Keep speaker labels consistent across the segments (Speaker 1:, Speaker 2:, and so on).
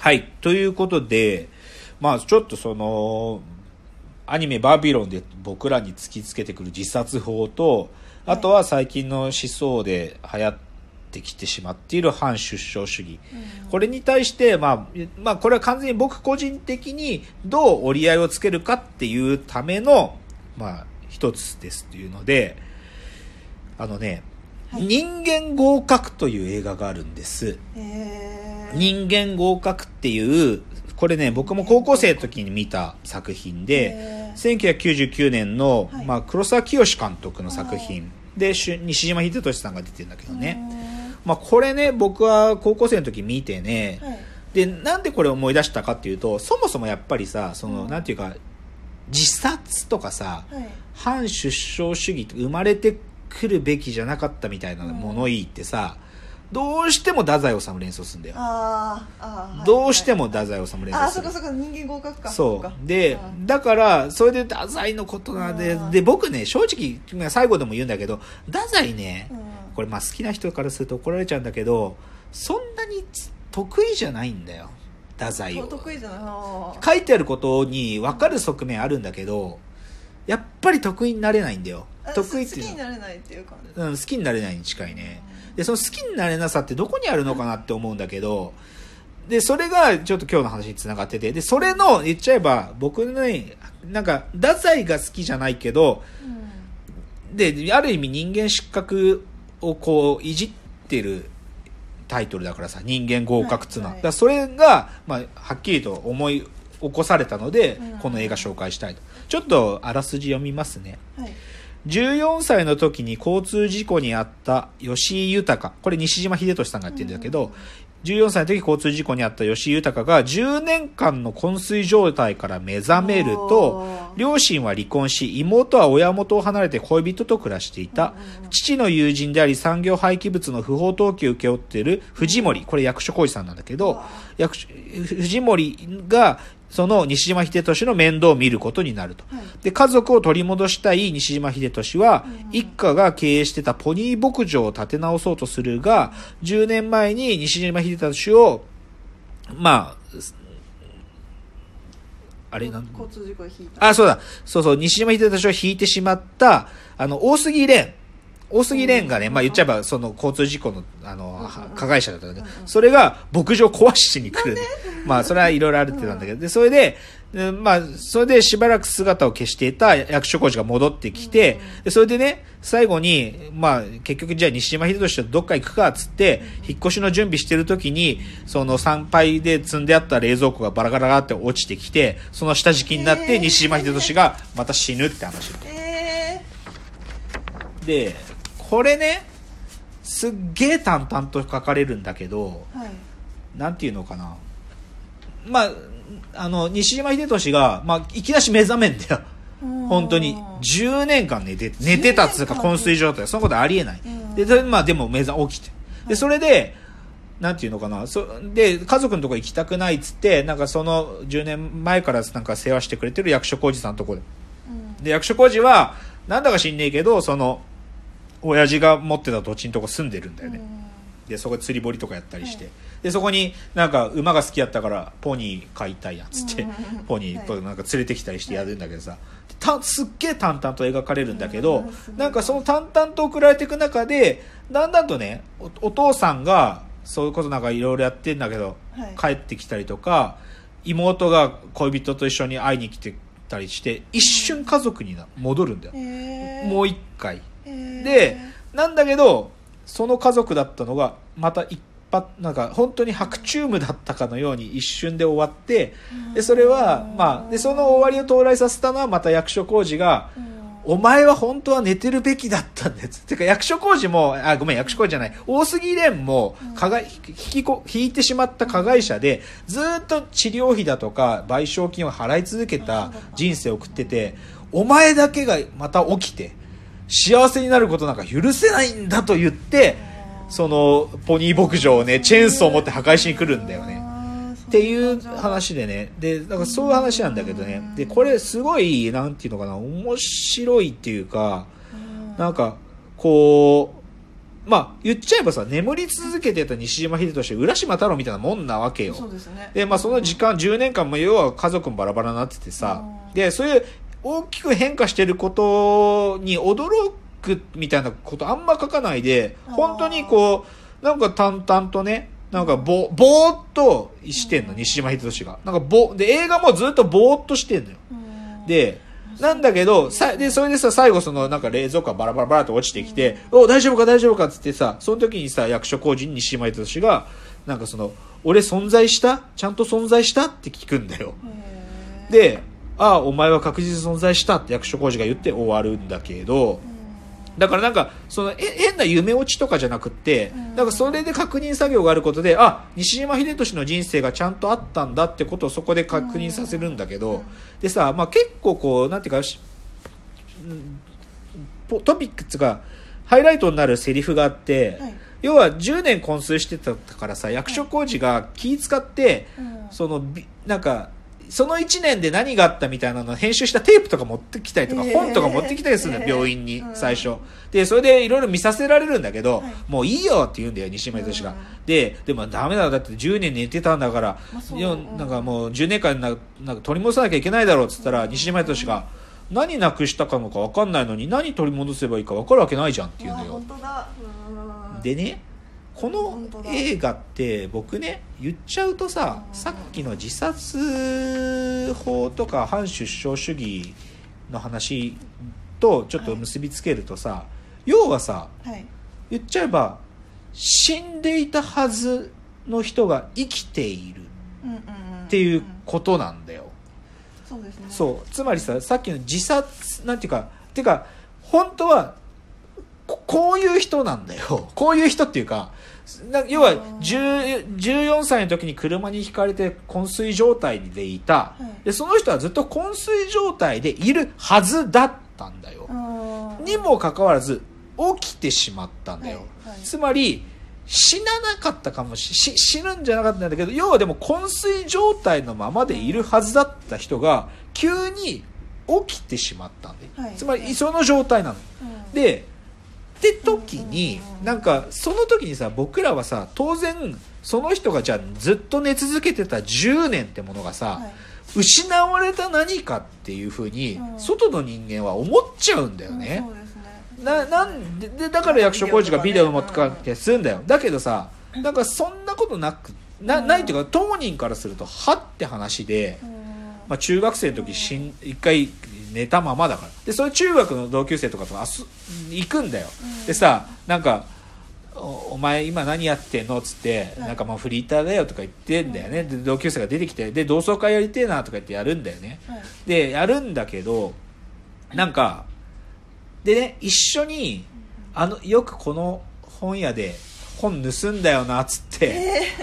Speaker 1: はい。ということで、まあちょっとその、アニメバビロンで僕らに突きつけてくる自殺法と、あとは最近の思想で流行ってきてしまっている反出生主義。これに対して、まあこれは完全に僕個人的にどう折り合いをつけるかっていうための、まあ一つですっていうので、はい、人間合格という映画があるんです。人間合格っていう、これね、僕も高校生の時に見た作品で、1999年の、まあ、黒沢清監督の作品で、西島秀俊さんが出てるんだけどね。まあ、これね、僕は高校生の時見てね、で、なんでこれ思い出したかっていうと、そもそもやっぱりさ、その、なんていうか、自殺とかさ、反出生主義って生まれてくるべきじゃなかったみたいな物言いってさ、どうしても太宰治連想するんだよ。どうしても太宰治連想する。
Speaker 2: そこ人間合格か。
Speaker 1: そうで、だからそれで太宰のことなんで僕ね、正直最後でも言うんだけど、太宰ね、これまあ好きな人からすると怒られちゃうんだけど、そんなに得意じゃないんだよ、太宰を。
Speaker 2: 得意じゃない。
Speaker 1: 書いてあることに分かる側面あるんだけど、やっぱり得意になれないんだよ。得意っていうのは
Speaker 2: 好きになれないっていうか、
Speaker 1: 好きになれないに近いね。で、その好きになれなさってどこにあるのかなって思うんだけど、で、それがちょっと今日の話に繋がってて、で、それの、言っちゃえば、僕ね、なんか、太宰が好きじゃないけど、で、ある意味人間失格をこう、いじってるタイトルだからさ、人間合格っつうのは。だからそれが、まあ、はっきりと思い起こされたので、この映画紹介したいと。ちょっと、あらすじ読みますね。14歳の時に交通事故に遭った吉井豊。これ西島秀俊さんが言ってるんだけど、14歳の時交通事故に遭った吉井豊が10年間の昏睡状態から目覚めると、両親は離婚し、妹は親元を離れて恋人と暮らしていた。父の友人であり産業廃棄物の不法投棄を請け負っている藤森、これ役所広司さんなんだけど、藤森がその西島秀俊の面倒を見ることになると。で、家族を取り戻したい西島秀俊は、一家が経営してたポニー牧場を立て直そうとするが、10年前に西島秀俊を、まあ、
Speaker 2: 交通事故で引いた。
Speaker 1: そうだ。そう、西島秀俊を引いてしまった、大杉蓮がね、まあ言っちゃえば、その交通事故の、加害者だったんだけど、それが牧場壊しに来る。まあ、それはいろいろあるってなんだけど、で、それで、まあ、それでしばらく姿を消していた役所広司が戻ってきて、で、それでね、最後に、まあ、結局じゃあ西島秀俊とどっか行くかっつって、引っ越しの準備してる時に、その参拝で積んであった冷蔵庫がバラガラガラって落ちてきて、その下敷きになって西島秀俊がまた死ぬって話。で、これね、すっげー淡々と書かれるんだけど、なんていうのかな。まあ、西島秀俊が、まあ、いきなし目覚めんだよ。本当に。10年間寝てたっつうか、昏睡状態。そのことありえない。で、まあ、でも起きて。で、それで、なんていうのかな。で、家族のとこ行きたくないっつって、なんかその10年前からなんか世話してくれてる役所広司さんのとこで。で、役所広司は、なんだか知んねえけど、その、親父が持ってた土地のとこ住んでるんだよね。で、そこで釣り堀とかやったりして。で、そこになんか馬が好きやったからポニー飼いたいやつって、ポニーなんか連れてきたりしてやるんだけどさ、すっげえ淡々と描かれるんだけど、なんかその淡々と送られていく中で、だんだんとね、お父さんがそういうことなんかいろいろやってんだけど、帰ってきたりとか、妹が恋人と一緒に会いに来てたりして、一瞬家族に戻るんだよ。もう一回。で、なんだけど、その家族だったのが、またなんか本当に白昼夢だったかのように一瞬で終わって、で、それは、まあ、で、その終わりを到来させたのはまた役所広司が、お前は本当は寝てるべきだったんだよ。てか役所広司も、ごめん、役所広司じゃない、大杉蓮も、引いてしまった加害者で、ずっと治療費だとか賠償金を払い続けた人生を送ってて、お前だけがまた起きて、幸せになることなんか許せないんだと言って、そのポニー牧場をね、チェーンソーを持って破壊しに来るんだよね。っていう話でね。で、なんかそういう話なんだけどね。で、これすごい、なんていうのかな、面白いっていうか、なんか、こまあ言っちゃえばさ、眠り続けてた西島秀俊、浦島太郎みたいなもんなわけよ。
Speaker 2: そうですね。
Speaker 1: で、まあその時間、10年間も要は家族もバラバラになっててさ、で、そういう大きく変化してることに驚くみたいなことあんま書かないで、本当にこう、なんか淡々とね、なんかぼーっとしてんの、西島秀俊が。なんかで、映画もずっとぼーっとしてんのよ。で、なんだけど、で、それでさ、最後なんか冷蔵庫がバラバラバラって落ちてきて、大丈夫か大丈夫かっつってさ、その時にさ、役所広司に西島秀俊が、なんか俺存在したちゃんと存在したって聞くんだよ。で、お前は確実に存在したって役所広司が言って終わるんだけど、だからなんか、変な夢落ちとかじゃなくって、なんかそれで確認作業があることで、西島秀俊の人生がちゃんとあったんだってことをそこで確認させるんだけど、でさ、まあ結構こう、なんていうか、トピックスが、ハイライトになるセリフがあって、要は10年混数してたからさ、役所広司が気使って、なんか、その1年で何があったみたいなのを編集したテープとか持ってきたりとか、本とか持ってきたりするのよ、病院に、最初。で、それでいろいろ見させられるんだけど、もういいよって言うんだよ、西島秀俊が。でもダメだ、だって10年寝てたんだから、なんかもう10年間なんか取り戻さなきゃいけないだろうって言ったら、西島秀俊が、何なくしたかのか分かんないのに、何取り戻せばいいか分かるわけないじゃんって言うのよ。でね、この映画って僕ね、言っちゃうとさ、さっきの自殺法とか反出生主義の話とちょっと結びつけるとさ、要はさ、言っちゃえば死んでいたはずの人が生きているっていうことなんだよ。
Speaker 2: そうですね。
Speaker 1: そう、つまりさ、さっきの自殺なんていうか本当はこういう人なんだよ。こういう人っていうか、要は14歳の時に車にひかれて昏睡状態でいた、でその人はずっと昏睡状態でいるはずだったんだよ。にもかかわらず起きてしまったんだよ。つまり死ななかったかも死ぬんじゃなかったんだけど、要はでも昏睡状態のままでいるはずだった人が急に起きてしまったんで、つまりその状態なの。でって時に、なんかその時にさ、僕らはさ、当然その人がじゃあずっと寝続けてた10年ってものがさ、失われた何かっていう風に外の人間は思っちゃうんだよね。なんでだから役所広司がビデオを持ってかってするんだよ。だけどさ、なんかそんなことないっていうか、当人からするとはって話で、まあ中学生の時一回寝たままだから。で、それ中学の同級生とかと行くんだよ。でさ、なんか、お前今何やってんのっつって、なんかまあフリーターだよとか言ってんだよね。で、同級生が出てきて、で、同窓会やりてえなとか言ってやるんだよね。で、やるんだけど、なんか、でね、一緒に、よくこの本屋で、本盗んだよなっつって、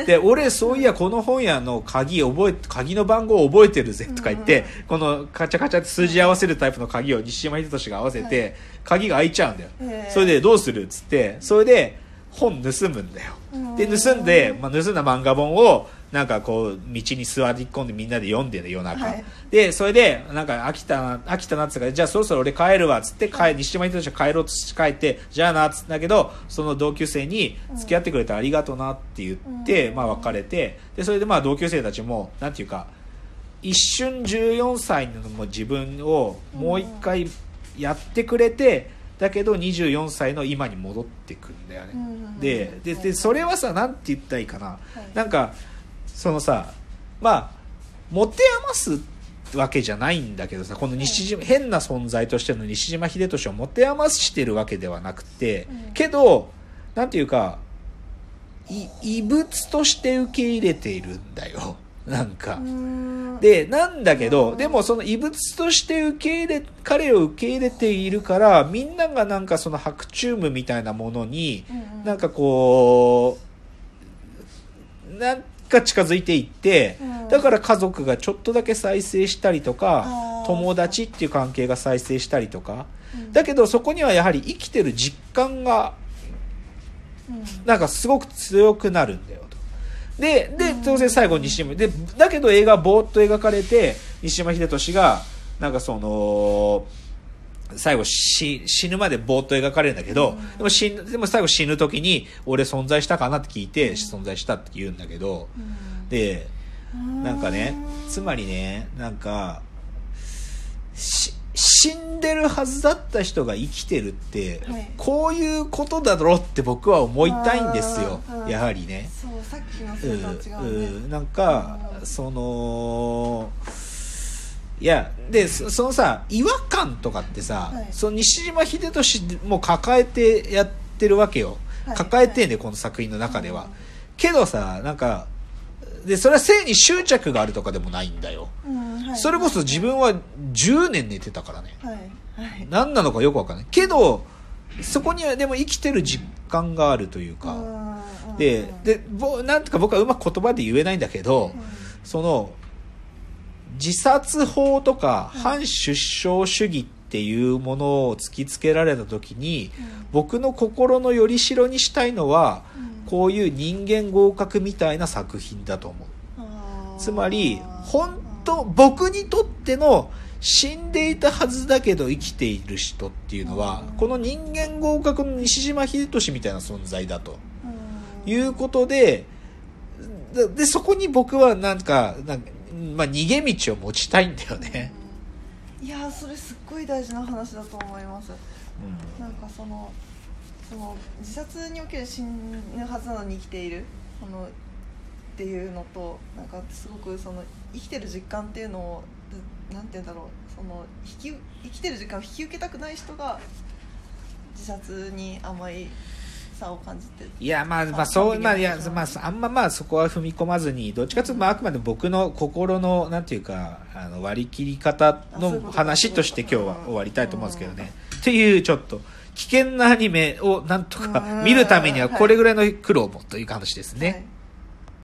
Speaker 1: で俺そういやこの本屋の鍵の番号覚えてるぜとか言って、このカチャカチャって数字合わせるタイプの鍵を西島秀俊が合わせて、鍵が開いちゃうんだよ。それでどうするっつって、それで本盗むんだよ。で盗んで、盗んだ漫画本をなんかこう道に座り込んでみんなで読んでる夜中、でそれでなんか飽きたなって言うから、じゃあそろそろ俺帰るわっつって西島秀俊は帰ろうとして帰って、じゃあなっつったんだけど、その同級生に付き合ってくれてありがとうなって言って、まあ別れて、でそれでまあ同級生たちもなんていうか、一瞬14歳の自分をもう一回やってくれて、だけど24歳の今に戻ってくんだよね。でそれはさ、なんて言ったらいいかな、なんかそのさ、まあ持て余すわけじゃないんだけどさ、この変な存在としての西島秀俊を持て余してるわけではなくて、けどなんていうか異物として受け入れているんだよ、なんか。でなんだけど、でもその異物として彼を受け入れているから、みんながなんかその白チュームみたいなものになんかこうなんか近づいていって、だから家族がちょっとだけ再生したりとか、友達っていう関係が再生したりとか、だけどそこにはやはり生きてる実感がなんかすごく強くなるんだよと。で当然最後に西島で、だけど映画ぼーっと描かれて、西島秀俊がなんかその最後死ぬまでぼーっと描かれるんだけど、でも最後死ぬ時に俺存在したかなって聞いて、存在したって言うんだけど、でなんかね、つまりね、なんか死んでるはずだった人が生きてるって、こういうことだろうって僕は思いたいんですよ、やはりね。
Speaker 2: そう、さっきのそれと違うね。
Speaker 1: なんかそのいやでそのさ違和感とかってさ、その西島秀俊も抱えてやってるわけよ、抱えてんね、この作品の中では。けどさ、なんかでそれは性に執着があるとかでもないんだよ、それこそ自分は10年寝てたからね、何なのかよくわかんないけど、そこにはでも生きてる実感があるというか、なんとか僕はうまく言葉で言えないんだけど、その自殺法とか反出生主義っていうものを突きつけられた時に、僕の心のよりしろにしたいのは、こういう人間合格みたいな作品だと思う。つまり本当僕にとっての死んでいたはずだけど生きている人っていうのは、この人間合格の西島秀俊みたいな存在だということで、そこに僕はなんかまあ、逃げ道を持ちたいんだよね。
Speaker 2: いやそれすっごい大事な話だと思います、なんかその自殺における死ぬはずなのに生きているっていうのと、なんかすごくその生きてる実感っていうのをなんて言うんだろう、その生きてる実感を引き受けたくない人が自殺に甘いさを感じて、
Speaker 1: いやまあそう、まあいやまああんままあそこは踏み込まずに、どっちかというとあくまで僕の心のなんていうか割り切り方の話として今日は終わりたいと思うんですけどね。っていうちょっと危険なアニメをなんとか見るためにはこれぐらいの苦労もという話ですね。